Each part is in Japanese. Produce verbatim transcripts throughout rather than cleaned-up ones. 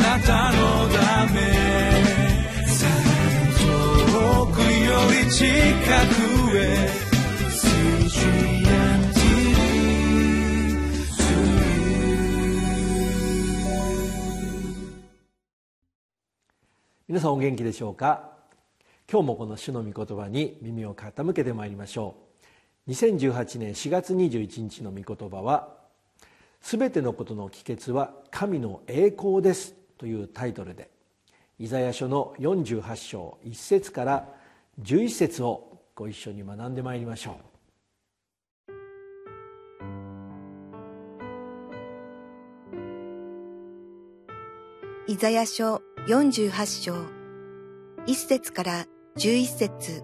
なたのため遠くより近くへ皆さんお元気でしょうか。今日もこの主の御言葉に耳を傾けてまいりましょう。にせんじゅうはちねんしがつにじゅういちにちの御言葉は、すべてのことの帰結は神の栄光ですというタイトルで、イザヤ書のよんじゅうはちしょういっせつからじゅういっせつをご一緒に学んでまいりましょう。 イザヤ書よんじゅうはちしょういっせつからじゅういっせつ。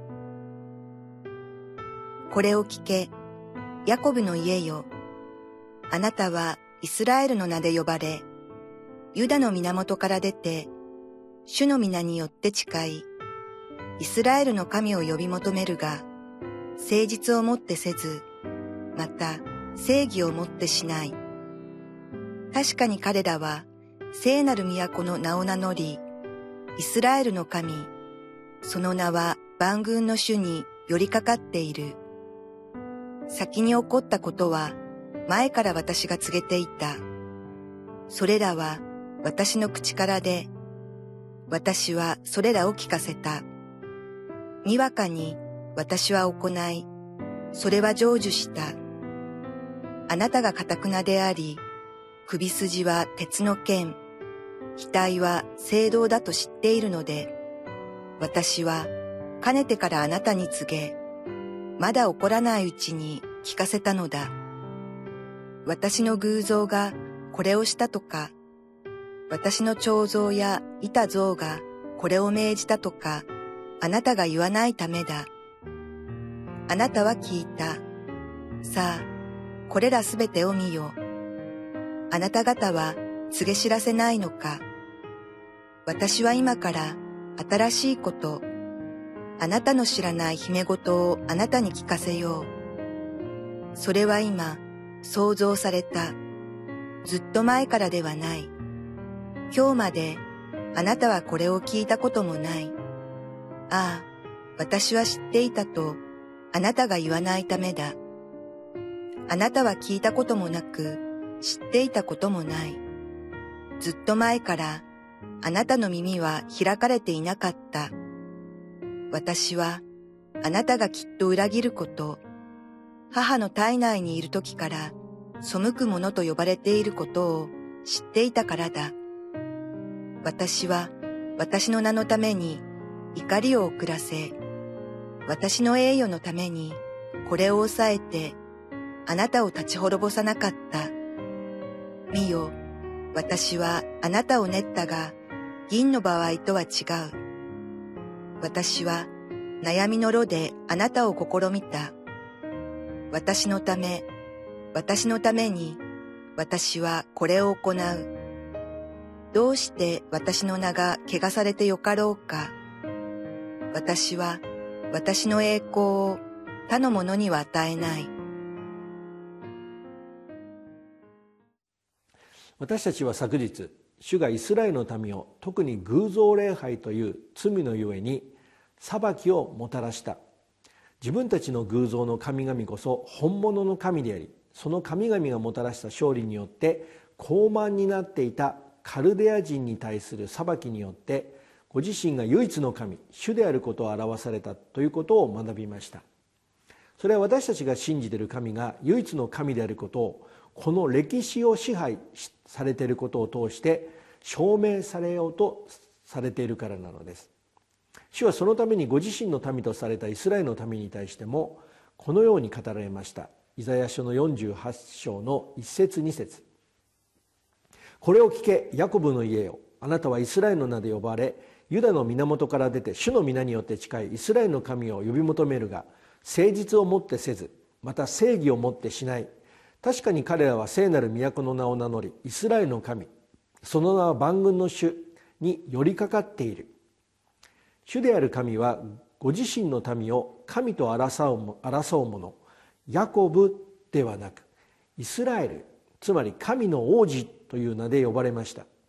これを聞け、ヤコブの家よ。あなたはイスラエルの名で呼ばれ、ユダの源から出て、主の皆によって誓い、イスラエルの神を呼び求めるが、誠実をもってせず、また正義をもってしない。確かに彼らは、聖なる都の名を名乗り、イスラエルの神、その名は万軍の主に寄りかかっている。先に起こったことは前から私が告げていた。それらは私の口からで、私はそれらを聞かせた。にわかに私は行い、それは成就した。あなたが堅であり、首筋は鉄の剣、額は青銅だと知っているので、私はかねてからあなたに告げ、まだ起こらないうちに聞かせたのだ。私の偶像がこれをしたとか、私の彫像やいた像がこれを命じたとか、あなたが言わないためだ。あなたは聞いた。さあ、これらすべてを見よ。あなた方は告げ知らせないのか。私は今から新しいこと、あなたの知らない秘め事をあなたに聞かせよう。それは今、創造された。ずっと前からではない。今日まであなたはこれを聞いたこともない。ああ、私は知っていたとあなたが言わないためだ。あなたは聞いたこともなく、知っていたこともない。ずっと前からあなたの耳は開かれていなかった。私はあなたがきっと裏切ること、母の体内にいる時から背く者と呼ばれていることを知っていたからだ。私は私の名のために怒りを遅らせ、私の栄誉のためにこれを抑えてあなたを立ち滅ぼさなかった。見よ、私はあなたを練ったが、銀の場合とは違う。私は悩みの炉であなたを試みた。私のため、私のために、私はこれを行う。どうして私の名が汚されてよかろうか。私は私の栄光を他の者には与えない。 私たちは昨日、主がイスラエルの民を特に偶像礼拝という罪のゆえに裁きをもたらした。自分たちの偶像の神々こそ本物の神であり、その神々がもたらした勝利によって高慢になっていたカルデア人に対する裁きによって、ご自身が唯一の神、主であることを表されたということを学びました。それは私たちが信じている神が唯一の神であることを、この歴史を支配されていることを通して証明されようとされているからなのです。主はそのためにご自身の民とされたイスラエルの民に対してもこのように語られました。イザヤ書のよんじゅうはちしょうのいっせつにせつ。これを聞け、ヤコブの家よ。あなたはイスラエルの名で呼ばれ、ユダの源から出て主の皆によって誓い、イスラエルの神を呼び求めるが、誠実をもってせず、また正義をもってしない。確かに彼らは聖なる都の名を名乗り、イスラエルの神、その名は万軍の主に寄りかかっている。主である神はご自身の民を神と争う、争う者、ヤコブではなくイスラエル、つまり神の王子という名で呼ばれました。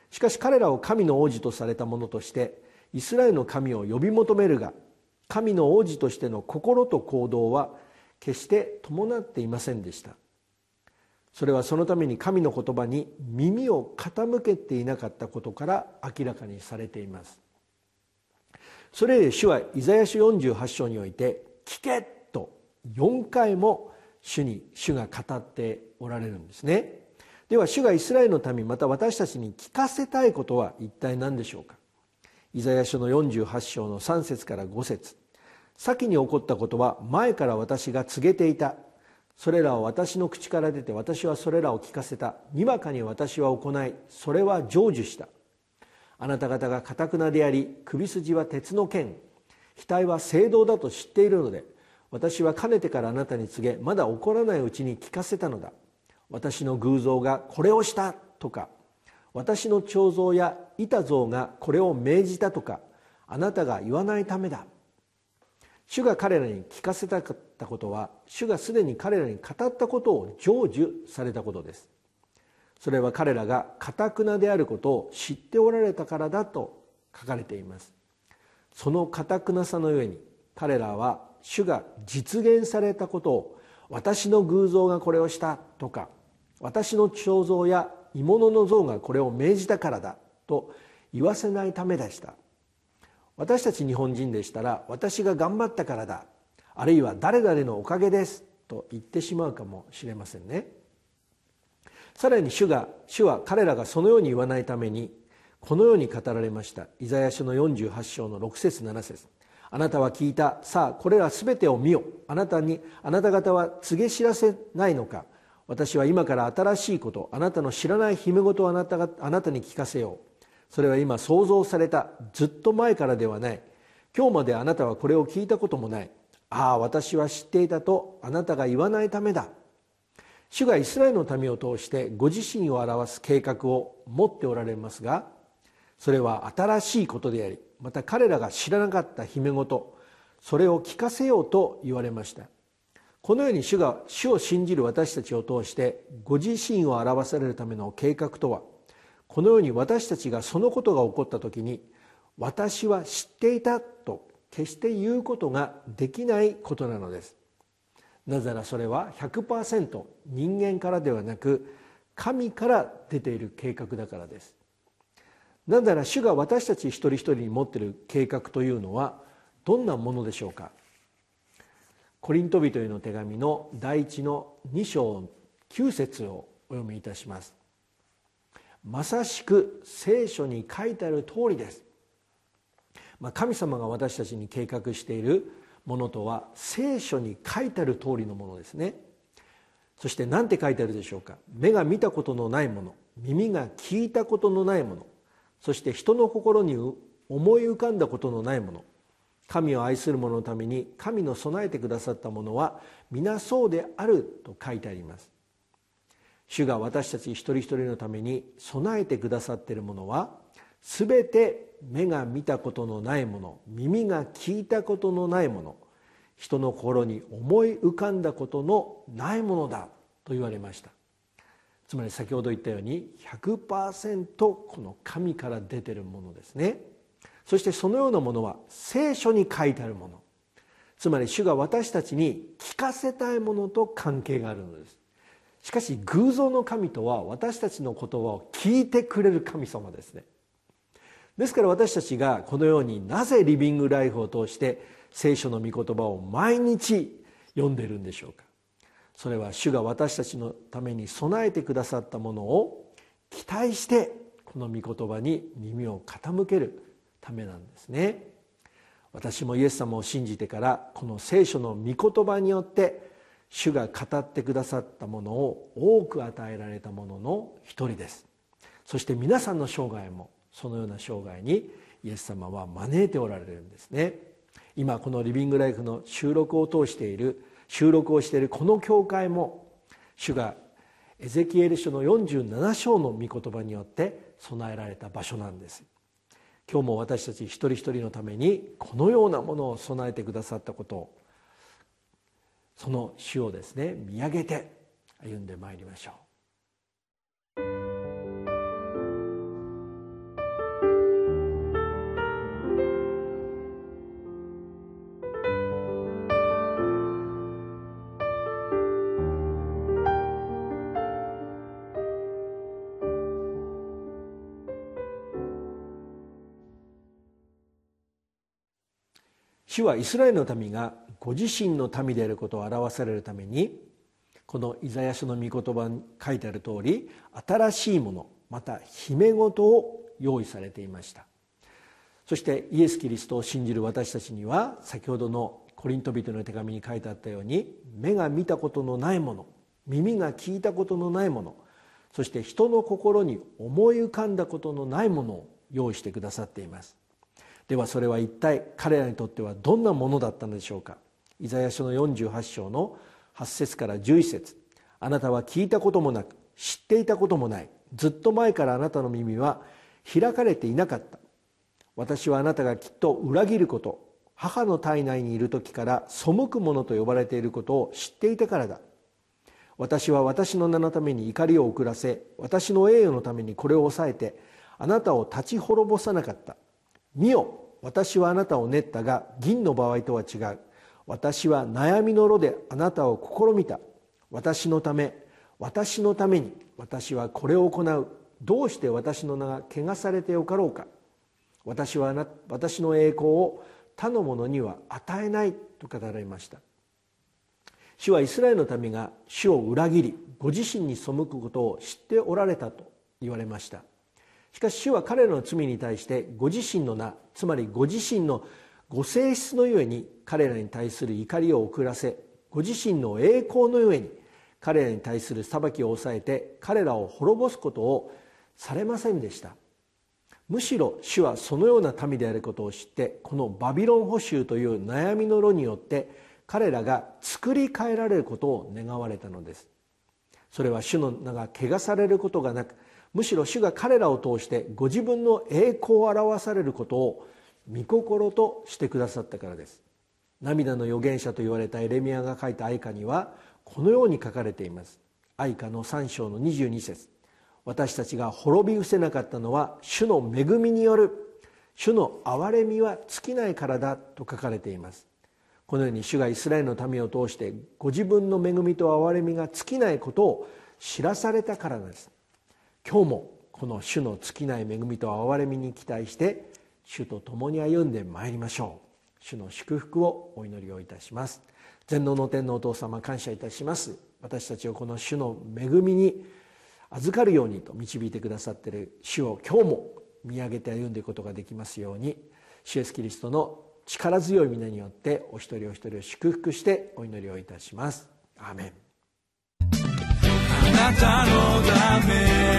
しかし彼らを神の王子とされた者としてイスラエルの神を呼び求めるが、神の王子としての心と行動は決して伴っていませんでした。それはそのために神の言葉に耳を傾けていなかったことから明らかにされています。それで主はイザヤ書よんじゅうはち章において聞けとよんかいも主に主が語っておられるんですね。では主がイスラエルの民また私たちに聞かせたいことは一体何でしょうか。イザヤ書のよんじゅうはち章のさん節からご節、先に起こったことは前から私が告げていた。それらは私の口から出て私はそれらを聞かせた。にわかに私は行いそれは成就した。あなた方が堅であり首筋は鉄の剣、額は青銅だと知っているので、私はかねてからあなたに告げまだ起こらないうちに聞かせたのだ。私の偶像がこれをしたとか、私の彫像や板像がこれを命じたとか、あなたが言わないためだ。主が彼らに聞かせたかったことは、主がすでに彼らに語ったことを成就されたことです。それは彼らが堅であることを知っておられたからだと書かれています。その堅さのゆえに彼らは主が実現されたことを、私の偶像がこれをしたとか、私の彫像や鋳物の像がこれを命じたからだと言わせないためでした。私たち日本人でしたら、私が頑張ったからだ、あるいは誰々のおかげですと言ってしまうかもしれませんね。さらに主が主は彼らがそのように言わないためにこのように語られました。イザヤ書のよんじゅうはち章のろく節なな節、あなたは聞いた、さあこれらすべてを見よ。あなたにあなた方は告げ知らせないのか。私は今から新しいこと、あなたの知らない秘め事をあなたがあなたに聞かせよう。それは今想像された、ずっと前からではない。今日まであなたはこれを聞いたこともない。ああ私は知っていたとあなたが言わないためだ。主がイスラエルの民を通してご自身を表す計画を持っておられますが、それは新しいことであり、また彼らが知らなかった秘め事、それを聞かせようと言われました。このように主が主を信じる私たちを通してご自身を表されるための計画とは、このように私たちがそのことが起こった時に、私は知っていたと決して言うことができないことなのです。なぜならそれは ひゃくパーセント 人間からではなく神から出ている計画だからです。なぜなら主が私たち一人一人に持っている計画というのはどんなものでしょうか。コリント人への手紙の第一のに章きゅう節をお読みいたします。まさしく聖書に書いてある通りです。まあ、神様が私たちに計画しているものとは聖書に書いてある通りのものですね。そして何て書いてあるでしょうか。目が見たことのないもの、耳が聞いたことのないもの、そして人の心に思い浮かんだことのないもの、神を愛する者のために神の備えてくださったものは皆そうであると書いてあります。主が私たち一人一人のために備えてくださっているものは、すべて目が見たことのないもの、耳が聞いたことのないもの、人の心に思い浮かんだことのないものだと言われました。つまり先ほど言ったように ひゃくパーセント この神から出ているものですね。そしてそのようなものは聖書に書いてあるもの、つまり主が私たちに聞かせたいものと関係があるのです。しかし偶像の神とは私たちの言葉を聞いてくれる神様ですね。ですから私たちがこのようになぜリビングライフを通して聖書の御言葉を毎日読んでいるんでしょうか。それは主が私たちのために備えてくださったものを期待してこの御言葉に耳を傾けるためなんですね。私もイエス様を信じてからこの聖書の御言葉によって主が語ってくださったものを多く与えられたものの一人です。そして皆さんの生涯もそのような生涯にイエス様は招いておられるんですね。今このリビングライフの収録を通している収録をしているこの教会も、主がエゼキエル書のよんじゅうなな章の御言葉によって備えられた場所なんです。今日も私たち一人一人のためにこのようなものを備えてくださったことを、その主をですね見上げて歩んでまいりましょう。 主はイスラエルの民がご自身の民であることを表されるために、このイザヤ書の御言葉に書いてある通り、新しいもの、また秘め事を用意されていました。そしてイエス・キリストを信じる私たちには、先ほどのコリント人の手紙に書いてあったように、目が見たことのないもの、耳が聞いたことのないもの、そして人の心に思い浮かんだことのないものを用意してくださっています。ではそれは一体彼らにとってはどんなものだったのでしょうか。イザヤ書のよんじゅうはち章のはち節からじゅういち節、あなたは聞いたこともなく知っていたこともない、ずっと前からあなたの耳は開かれていなかった。私はあなたがきっと裏切ること、母の体内にいる時から背く者と呼ばれていることを知っていたからだ。私は私の名のために怒りを遅らせ、私の栄誉のためにこれを抑えて、あなたを立ち滅ぼさなかった。見よ、私はあなたを練ったが銀の場合とは違う。私は悩みの炉であなたを試みた。私のため、私のために私はこれを行う。どうして私の名が汚されてよかろうか。私はな私の栄光を他の者には与えないと語られました。主はイスラエルの民が主を裏切り、ご自身に背くことを知っておられたと言われました。しかし主は彼らの罪に対してご自身の名、つまりご自身のご性質のゆえに彼らに対する怒りを遅らせ、ご自身の栄光のゆえに彼らに対する裁きを抑えて彼らを滅ぼすことをされませんでした。むしろ主はそのような民であることを知って、このバビロン捕囚という悩みの炉によって彼らが作り変えられることを願われたのです。それは主の名が汚されることがなく、むしろ主が彼らを通してご自分の栄光を表されることを御心としてくださったからです。涙の預言者と言われたエレミヤが書いた哀歌にはこのように書かれています。哀歌のさん章のにじゅうに節、私たちが滅び失せなかったのは主の恵みによる。主の憐れみは尽きないからだと書かれています。このように主がイスラエルの民を通してご自分の恵みと憐れみが尽きないことを知らされたからです。今日もこの主の尽きない恵みと憐れみに期待して主と共に歩んでまいりましょう。主の祝福をお祈りをいたします。全能の天のお父様、感謝いたします。私たちをこの主の恵みに預かるようにと導いてくださっている主を今日も見上げて歩んでいくことができますように、主イエスキリストの力強い皆によってお一人お一人を祝福してお祈りをいたします。アーメン。 あなたのため